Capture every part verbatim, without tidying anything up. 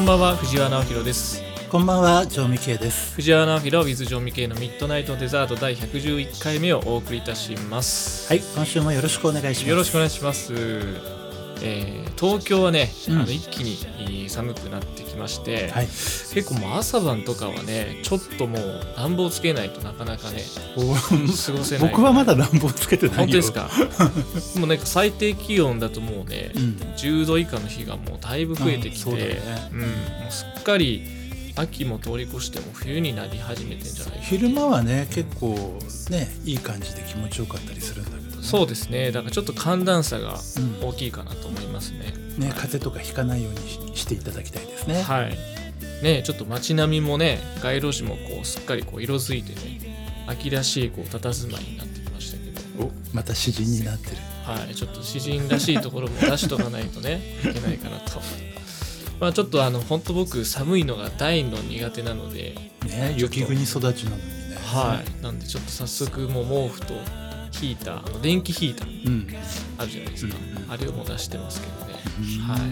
ばんは、藤原直弘です。 こんばんは、城美圭です。 藤原直弘 with 城美圭のミッドナイトデザート第ひゃくじゅういっかいめをお送りいたします。 はい、今週もよろしくお願いします。 よろしくお願いします。えー、東京はね、うん、あの一気に寒くなってきまして、はい、結構もう朝晩とかはねちょっともう暖房つけないとなかなかね過ごせない。 僕はまだ暖房つけてないよ。 本当ですか？もうなんか最低気温だともうね、うん、じゅうど以下の日がもうだいぶ増えてきて、うん、ねうん、もうすっかり秋も通り越しても冬になり始めてんじゃないか。 昼間はね結構ねいい感じで気持ちよかったりするんだけど、ね、 そうですね。だからちょっと寒暖差が大きいかなと思いますね。 うん、ね、はい、風邪とかひかないようにしていただきたいですね。 はい。ね、ちょっと街並みもね街路樹もこうすっかりこう色づいてね秋らしいこう佇まいになってきましたけど、 おまた詩人になってる。 はい、ちょっと詩人らしいところも出しとかないとねいけないかなと。まあちょっとあの本当僕寒いのが大の苦手なので、 ね、雪国育ちなのにね。 はい。なんでちょっと早速もう毛布とヒーター、あの電気ヒーターあるじゃないですか、うん、あれをもう出してますけどね、うん、はい。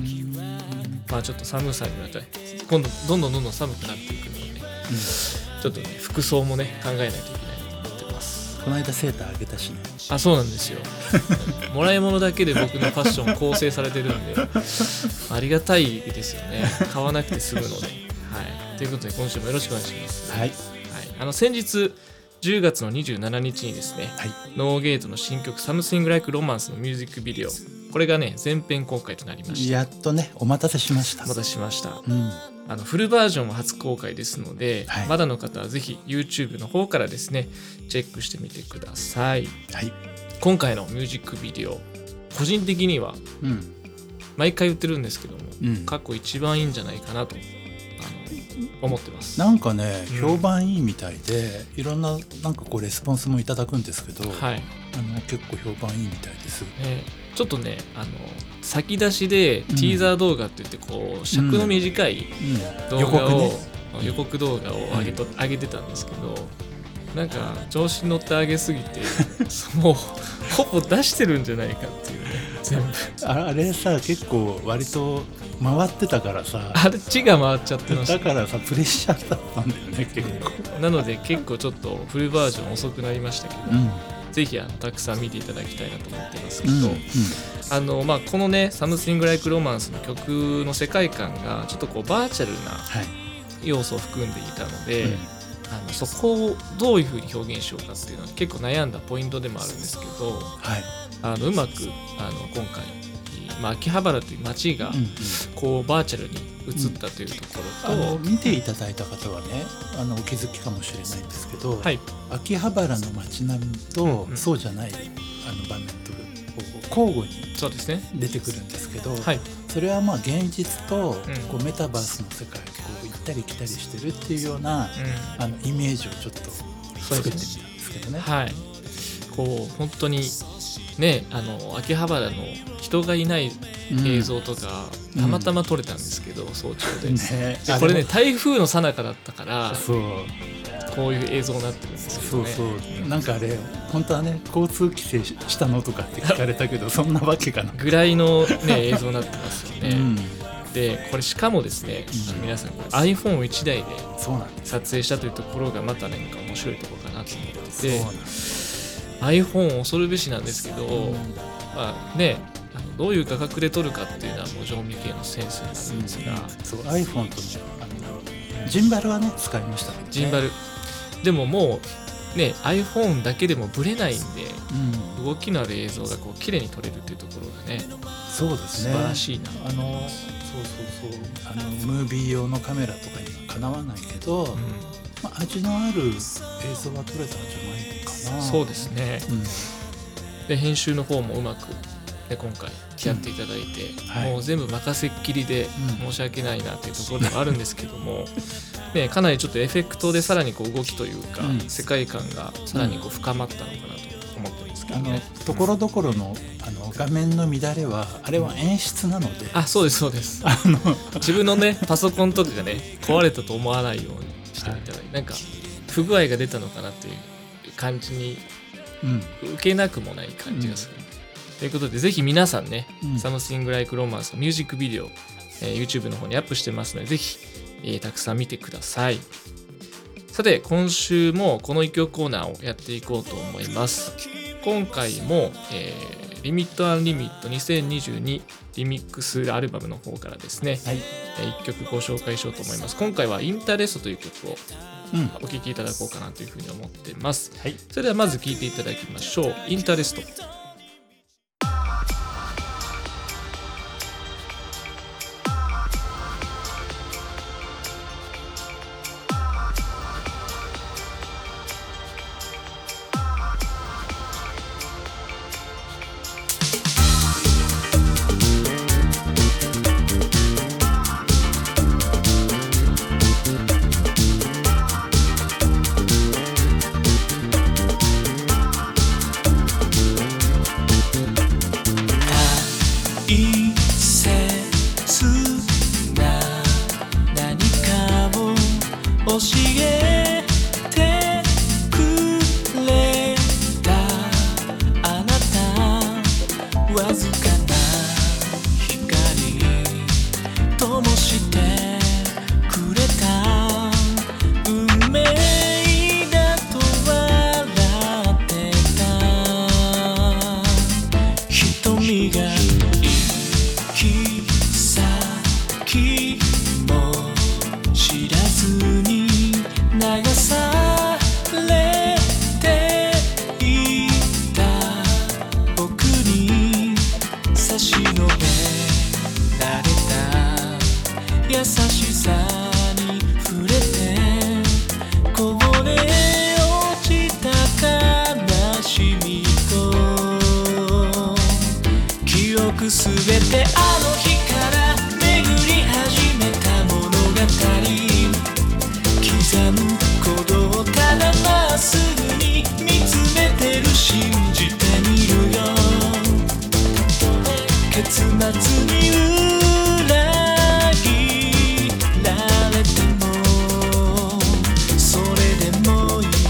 まあちょっと寒さになって今度どんどんどんどん寒くなっていくので、ね、うん、ちょっとね服装もね考えないといけないと思ってます。 この間セーターあげたしね。 あ、そうなんですよ。もらい物だけで僕のファッション構成されてるんでありがたいですよね。買わなくて済むので、はい。ということで今週もよろしくお願いします。 はい、はい、 あの先日じゅうがつのにじゅうしちにちにですね、はい、ノーゲートの新曲 Something Like Romance のミュージックビデオ、これがね全編公開となりました。 やっとねお待たせしました。 お待たせしました、うん、あのフルバージョンも初公開ですので、はい、まだの方はぜひ YouTube の方からですねチェックしてみてください、はい。今回のミュージックビデオ個人的には、うん、毎回言ってるんですけども、うん、過去一番いいんじゃないかなと思ってます。 なんかね評判いいみたいで、うん、いろんななんかこうレスポンスもいただくんですけど、はい、あの結構評判いいみたいです、 ね、ちょっとねあの先出しでティーザー動画っていってこう尺の短い動画を、うんうん、予告ね、予告動画を上げと、うん、上げてたんですけど、なんか調子に乗って上げすぎてもうほぼ出してるんじゃないかっていうね全部あれさ結構割と回ってたからさ、 あれ血が回っちゃってました。 だからさプレッシャーだったんだよね結構。 なので結構ちょっとフルバージョン遅くなりましたけど、うん、ぜひあのたくさん見ていただきたいなと思ってますけど、うんうん、あのまあ、このね Something Like Romance の曲の世界観がちょっとこうバーチャルな要素を含んでいたので、はい、うん、あのそこをどういうふうに表現しようかっていうのは結構悩んだポイントでもあるんですけど、はい、あのうまくあの今回、まあ、秋葉原という街がこうバーチャルに移ったというところと、うんうん、 あの見ていただいた方はねあのお気づきかもしれないんですけど、はい、秋葉原の街並みと、うんうん、そうじゃないあの場面と交互に出てくるんですけど、はい、それはまあ現実とこうメタバースの世界をこう行ったり来たりしてるっていうような、うん、あのイメージをちょっと作ってみたんですけどね。 はい、こう本当にね、あの秋葉原の人がいない映像とか、うん、たまたま撮れたんですけど、うん、早朝で、ね、でこれね台風の最中だったからそうこういう映像になってるんですよね。 そうそうなんかあれ本当はね交通規制したのとかって聞かれたけどそんなわけがなくぐらいの、ね、映像になってますよね、うん、でこれしかもですね、うん、あの皆さんこれ アイフォンいちだいで撮影したというところがまたなんか面白いところかなと思ってて、iPhone 恐るべしなんですけど、うん、まあね、あのどういう画角で撮るかっていうのはもう城美圭のセンスになるんですが、うん、 そう iPhone とねあのジンバルはね使いましたけどね。 ジンバルでももうね iPhone だけでもブレないんで、うん、動きのある映像がこう綺麗に撮れるっていうところがね、 そうですね、 素晴らしいな。 あのそうそうそうあのムービー用のカメラとかにはかなわないけど、うん、まあ、味のある映像は撮れたんじゃないかな。 そうですね、うん、で編集の方もうまく、ね、今回やっていただいて、うん、はい、もう全部任せっきりで申し訳ないなっていうところでもあるんですけども、ね、かなりちょっとエフェクトでさらにこう動きというか、うん、世界観がさらにこう深まったのかなと思ってますけどね。 ところどころの、あの画面の乱れはあれは演出なので、 あ、そうですそうです。あの自分のねパソコンとかがね壊れたと思わないようにしてみたら、はい、なんか不具合が出たのかなっていう感じに受けなくもない感じがする、うん、ということでぜひ皆さんね、うん、Something Like Romance のミュージックビデオえー、YouTube の方にアップしてますので、ぜひ、えー、たくさん見てください。さて今週もこの一曲コーナーをやっていこうと思います。今回も、えー、リミットアンリミットにせんにじゅうにリミックスアルバムの方からですね、はい、えー、いっきょくご紹介しようと思います。今回はインタレストという曲をお聴きいただこうかなというふうに思っています、はい、それではまず聴いていただきましょう。インタレスト。 すべてあの日から巡り始めた物語、刻む鼓動をただまっすぐに見つめてる、信じてみるよ。結末に裏切られてもそれでもいい。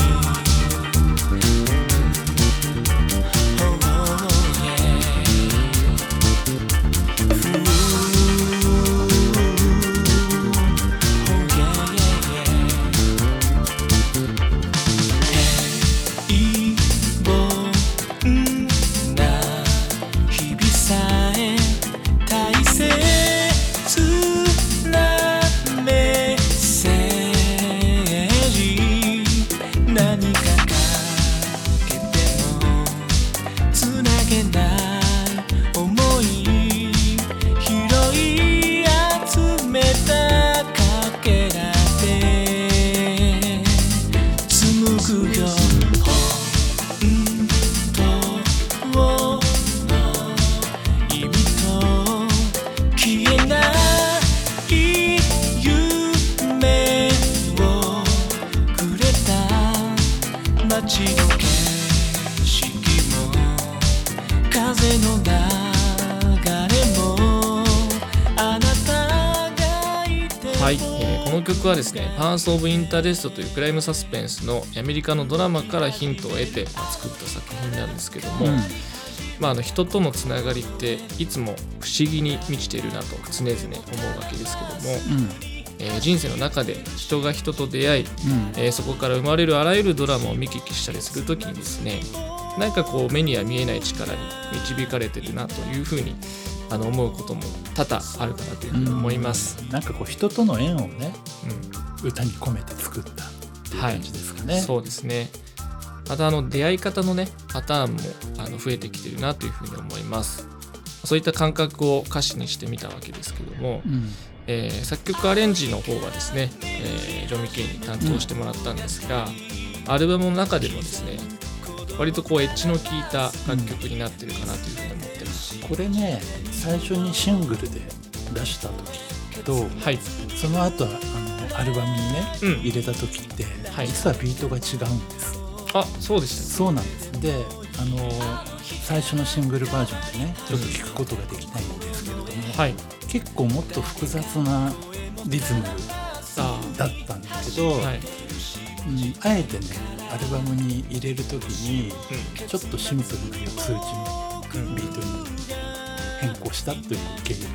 はい、えー、この曲はですね、パースオブインタレストというクライムサスペンスのアメリカのドラマからヒントを得て作った作品なんですけども、うん、まあ、あの人とのつながりっていつも不思議に満ちているなと常々思うわけですけども、うん、えー、人生の中で人が人と出会い、うん、えー、そこから生まれるあらゆるドラマを見聞きしたりするときにですね、なんかこう目には見えない力に導かれてるなというふうにあの思うことも多々あるかなというふうに思います、 うん、なんかこう人との縁をね、うん、歌に込めて作ったっていう感じですかね、 はい、そうですね。またあの出会い方のねパターンもあの増えてきてるなというふうに思います。そういった感覚を歌詞にしてみたわけですけども、うん、えー、作曲アレンジの方はですね、えー、ジョン・ミケイに担当してもらったんですが、うん、アルバムの中でもですね割とこうエッジの効いた楽曲になってるかなというふうに思ってます、 うん、これね最初にシングルで出した時と、はい、その後あのアルバムにね、うん、入れた時って、はい、実はビートが違うんです。 あ、そうでしたね。 そうなんです。で、あの最初のシングルバージョンでねちょっと聞くことができないんですけれども、うん、はい、結構もっと複雑なリズムだったんだけど、はい、うん、あえてねアルバムに入れるときに、うん、ちょっとシンプルな四つ打ちのビートに変更したという経緯があって、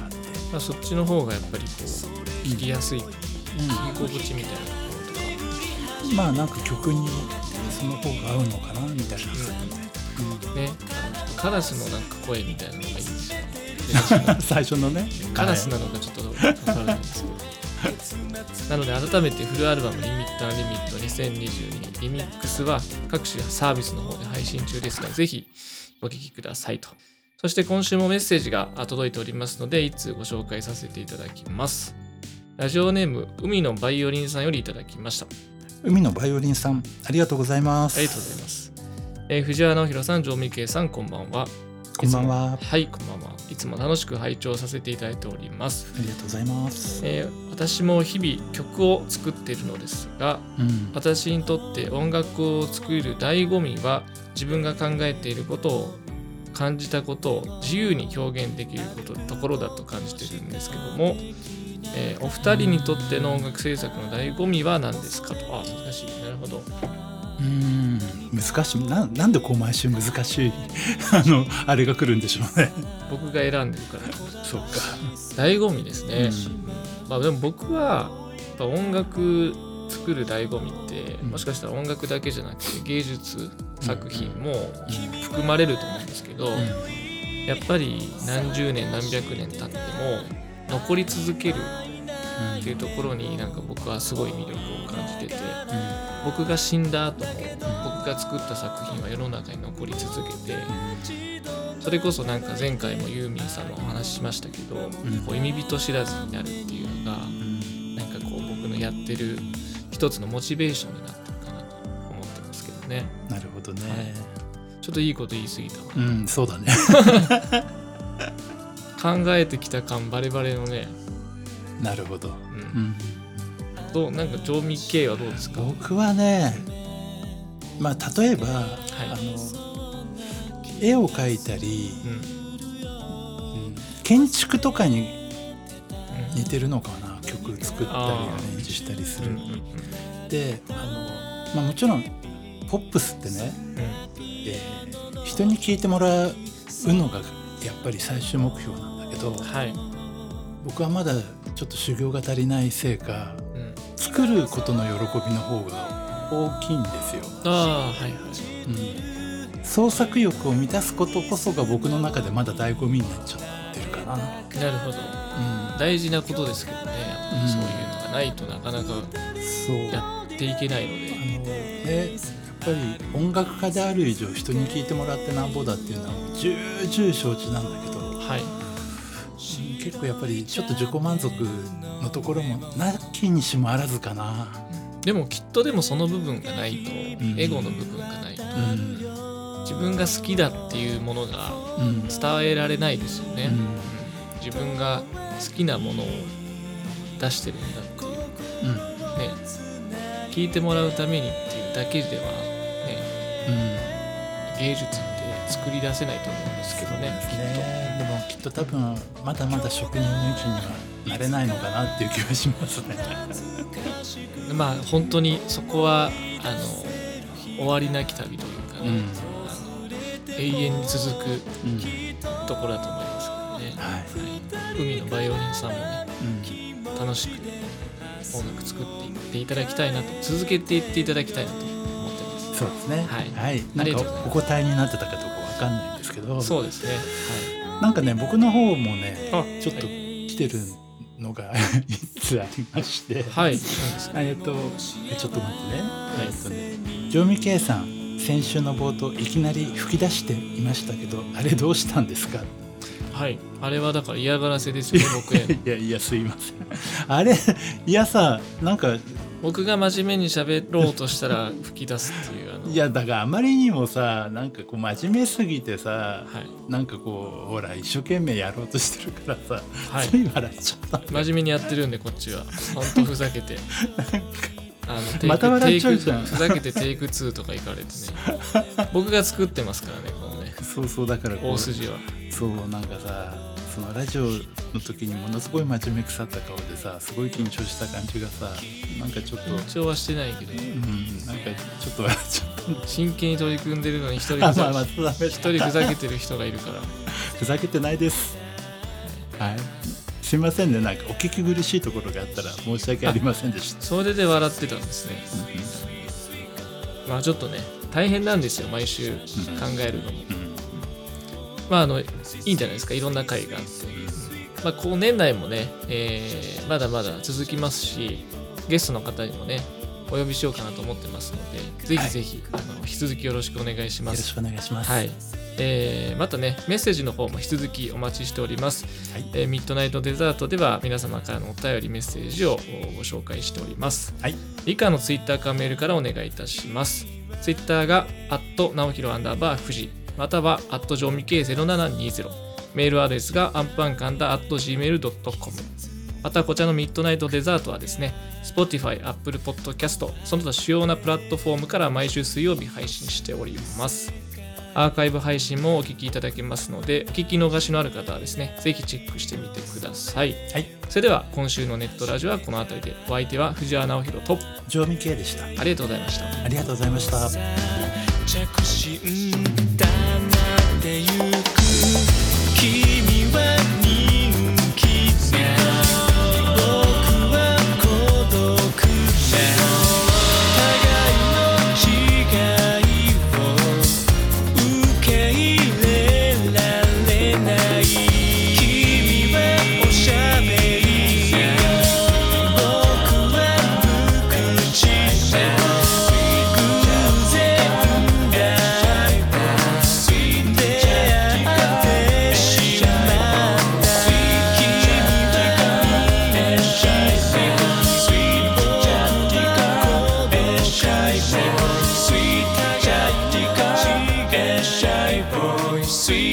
まあ、そっちの方がやっぱりこう聴きやすい、うん、聴き心地みたいなところとか、 まあなんか曲にその方が合うのかなみたいな、 うんうん、ね、カラスのなんか声みたいなのがいいんですよ最初のね、 カラスなのかちょっと分からないんですけどなので改めてフルアルバムリミット&リミットにせんにじゅうにリミックスは各種サービスの方で配信中ですが、ぜひお聴きくださいと。そして今週もメッセージが届いておりますので、いつつご紹介させていただきます。ラジオネーム海のバイオリンさんよりいただきました。 海のバイオリンさん、ありがとうございます。 ありがとうございます。えー、藤原直弘さん、城美圭さん、こんばんは。 こんばんは。 はい、こんばんは。いつも楽しく拝聴させていただいております。 ありがとうございます。 えー、私も日々曲を作っているのですが、うん、私にとって音楽を作る醍醐味は自分が考えていることを感じたことを自由に表現できることところだと感じているんですけども、えー、お二人にとっての音楽制作の醍醐味は何ですかと。あ、難しい。なるほど。 うーん、難しい な, なんでこう毎週難しいあのあれが来るんでしょうね。 僕が選んでるから。 そうか。 醍醐味ですね、うん、まあ、でも僕はやっぱ音楽作る醍醐味って、うん、もしかしたら音楽だけじゃなくて芸術作品も含まれると思うんですけど、うん、やっぱり何十年何百年経っても残り続けるっていうところになんか僕はすごい魅力を感じてて、うん、僕が死んだ後も僕が作った作品は世の中に残り続けて、それこそなんか前回もユーミンさんのお話しましたけど、うん、こう意味人知らずになるっていうのが、うん、なんかこう僕のやってる一つのモチベーションになってるかなと思ってますけどね。 なるほどね、はい、 ちょっといいこと言い過ぎたわ。 うん、そうだね考えてきた感バレバレのね。 なるほど、うんうん、どうなんか城美圭はどうですか。 僕はね、まあ例えば、はい、あの絵を描いたり、うんうん、建築とかに似てるのかな、うん、曲作ったりアレンジしたりする、うんうんうん、であの、まあ、もちろんポップスってね、うんえー、人に聴いてもらうのがやっぱり最終目標なんだけど、はい、僕はまだちょっと修行が足りないせいか、うん、作ることの喜びの方が大きいんですよ。 あ、はいはい、 うん、創作意欲を満たすことこそが僕の中でまだ醍醐味になっちゃってるかな。 なるほど、うん、大事なことですけどね、やっぱりそういうのがないとなかなかやっていけないので、 あの、ね、やっぱり音楽家である以上人に聴いてもらってなんぼだっていうのは重々承知なんだけど、はい、結構やっぱりちょっと自己満足のところもなきにしもあらずかな。 でもきっとでもその部分がないと、うん、エゴの部分がないと、うん、自分が好きだっていうものが伝えられないですよね、うんうん、自分が好きなものを出してるんだっていう、うんね、聞いてもらうためにっていうだけではね、うん、芸術って作り出せないと思うんですけどね。 そうですね。でもきっと多分まだまだ職人の域にはなれないのかなっていう気がしますねまあ本当にそこはあの終わりなき旅というかね、うん、あの永遠に続く、うん、ところだと思いますけどね、はいはい、海のバイオリンさんもね、うん、楽しく音楽作っていっていただきたいなと、続けていっていただきたいなと思ってます。 そうですね、はい、はい、なんかお答えになってたかどうかわかんないんですけど、 そうですね、はい、 なんかね僕の方もねちょっと来てるのがいつありまして、はい、えっとちょっと待ってね、はい、えっとね城美圭さん先週の冒頭いきなり吹き出していましたけど、あれどうしたんですか。 はい、あれはだから嫌がらせですよね僕へ。 いやいやすいませんあれいやさ、なんか僕が真面目に喋ろうとしたら吹き出すっていうあのいやだからあまりにもさ、なんかこう真面目すぎてさ、はい、なんかこうほら一生懸命やろうとしてるからさ、はい、つい笑っちゃった。 真面目にやってるんでこっちはほんとふざけてあのテイクまた笑っちゃうじゃん。 ふざけてテイクツーとか行かれてね僕が作ってますからねこのね。 そうそう、だから大筋はそうなんかさ、そのラジオの時にものすごい真面目腐った顔でさ、すごい緊張した感じがさ、なんかちょっと緊張はしてないけど、うん、 なんかちょっと笑っちゃった。 真剣に取り組んでるのに一人ふざ、まあ、一人ふざけてる人がいるからふざけてないです。はい、 すいませんね、なんかお聞き苦しいところがあったら申し訳ありませんでした。 それで笑ってたんですね、うん、まあちょっとね大変なんですよ毎週考えるのも、うんうん、まああのいいんじゃないですか、いろんな回があって、うん、まあこう年内もね、えー、まだまだ続きますし、ゲストの方にもねお呼びしようかなと思ってますので、ぜひぜひ、はい、あの引き続きよろしくお願いします。 よろしくお願いします。 はい、えー、またねメッセージの方も引き続きお待ちしております、はい、えー、ミッドナイトデザートでは皆様からのお便りメッセージをご紹介しております、はい、以下のツイッターかメールからお願いいたします。ツイッターがアット直弘アンダーバー富士、またはアット上味系ゼロななにゼロ、メールアドレスがアンパンカンダアット ジーメールドットコム、 またこちらのミッドナイトデザートはですね Spotify、Apple Podcast その他主要なプラットフォームから毎週水曜日配信しております。アーカイブ配信もお聞きいただけますので、お聞き逃しのある方はですねぜひチェックしてみてください、はい、それでは今週のネットラジオはこの辺りで。お相手は藤原直弘と上味系でした。 ありがとうございました。 ありがとうございました。 着信だなってゆく君は人気な、僕は孤独な、互いの違いを受け入れられない。君はおしゃべりな、僕は無口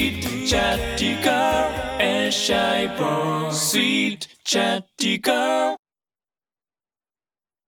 な、Sweet Chatty Girl